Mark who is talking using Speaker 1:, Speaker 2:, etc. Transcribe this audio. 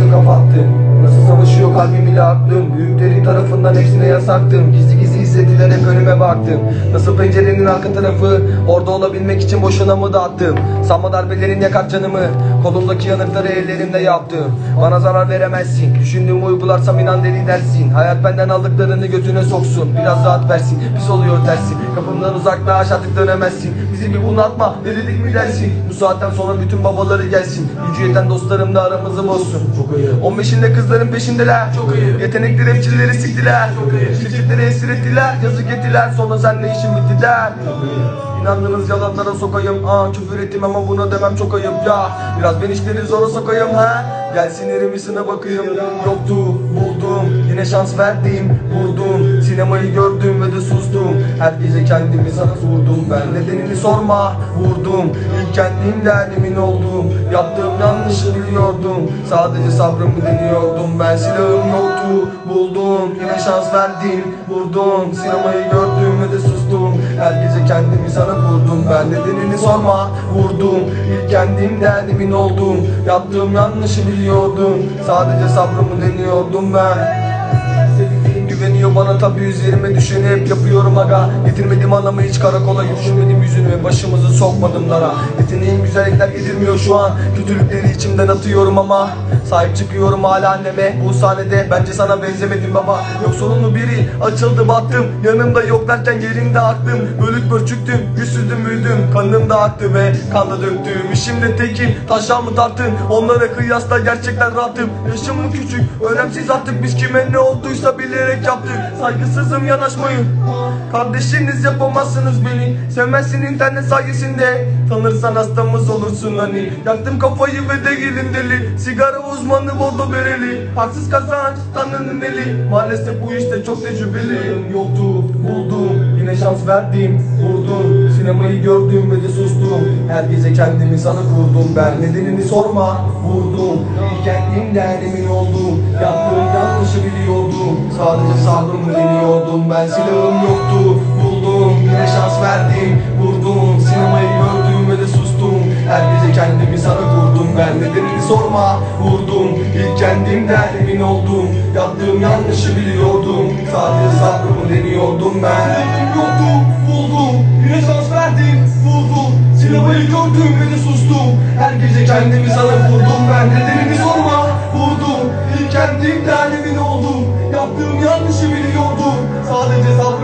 Speaker 1: gözümü kapattım. Nasıl savaşıyor kalbim ile aklım. Büyükleri tarafından hepsine yasaktım. Gizli gizli izlediler, hep önüme baktım. Nasıl pencerenin arka tarafı, orada olabilmek için boşuna mı dağıttım. Sanma darbelerin yakar canımı, kolumdaki yanıkları ellerimde yaptım. Bana zarar veremezsin, düşündüğümü uygularsam inan deli dersin. Hayat benden aldıklarını götüne soksun, biraz rahat versin. Pis oluyor dersin, kapımdan uzaklaş artık dönemezsin. Bizi bir bunaltma, delilik mi dersin? Bu saatten sonra bütün babaları gelsin. Gücü yeten dostlarım da aramızı bozsun. 15'inde kızların peşindeler. Çok iyi. Yetenekli rapçileri siktiler. Çok iyi. Şirketleri esir ettiler, yazık ettiler. Sonra senle işim bitti der. İnandığınız yalanlara sokayım. Küfür ettim ama buna demem çok ayıp ya. Biraz ben işleri zora sokayım ha. Gelsin erimisine bakayım. Yoktu buldum, yine şans verdim. Vurdum, sinemayı gördüm ve de sustum. Her gece kendimi sana vurdum. Ben nedenini sorma, vurdum. İlk kendimden emin oldum. Yaptığım yanlışı biliyordum. Sadece sabrımı deniyordum. Ben silahım yoktu, buldum. Yine şans verdim, vurdum. Sinemayı gördüm ve de sustum. Her gece kendimi sana vurdum. Ben nedenini sorma, vurdum. İlk kendimden emin oldum. Yaptığım yanlışı biliyordum. Sadece sabrımı deniyordum ben. Güveniyor bana tabi, üzerime düşeni hep yapıyorum aga. Getirmedim anamı hiç karakola, düşünmedim yüzünü ve başımızı sokmadım lara. Yeteneğim güzellikler getirmiyor şu an, kötülükleri içimden atıyorum ama sahip çıkıyorum hala anneme. Bu sahnede bence sana benzemedim baba. Yok sorunlu biri, açıldı baktım. Yanımda yok derken yerinde aklım. Bölük bölçüktüm, güçsüzdüm müydüm. Kanım da aktı ve kan da döktüm. İşimde tekim, taşa mı tarttın? Onlara kıyasla gerçekten rahatım. Yaşım mı küçük, önemsiz artık. Biz kime ne olduysa bilerek yaptık. Saygısızım yanaşmayın. Kardeşiniz yapamazsınız beni. Sevmezsin internet sayesinde. Tanırsan hastamız olursun hani. Yaktım kafayı ve değilim deli. Sigara uzmanı bordo bereli. Haksız kazanç Tanrı'nın eli. Maalesef bu işte çok tecrübeliyim. Yoktu buldum, yine şans verdim. Vurdum, sinemayı gördüm ve de sustum. Her gece kendimi sana kurdum. Ben nedenini sorma, vurdum. İlk kendimden emin oldum. Yaptığım yanlışı biliyordum. Sadece sabrımı deniyordum. Ben silahım yoktu, buldum. Yine şans verdim, vurdum. Sinemayı gördüm ve de sustum. Her gece kendimi sana kurdum. Ben nedenini sorma, vurdum. İlk kendimden emin oldum. Yaptığım yanlışı biliyordum. Sadece sabrımı deniyordum ben. Silahım yoktu, buldum. Yine şans verdim, vurdum. Sinemayı gördüm ve de sustum. Her gece kendimi sana kurdum. Ben nedenini sorma, vurdum. İlk kendimden emin oldum. Yaptığım yanlışı biliyordum. Sadece sabrımı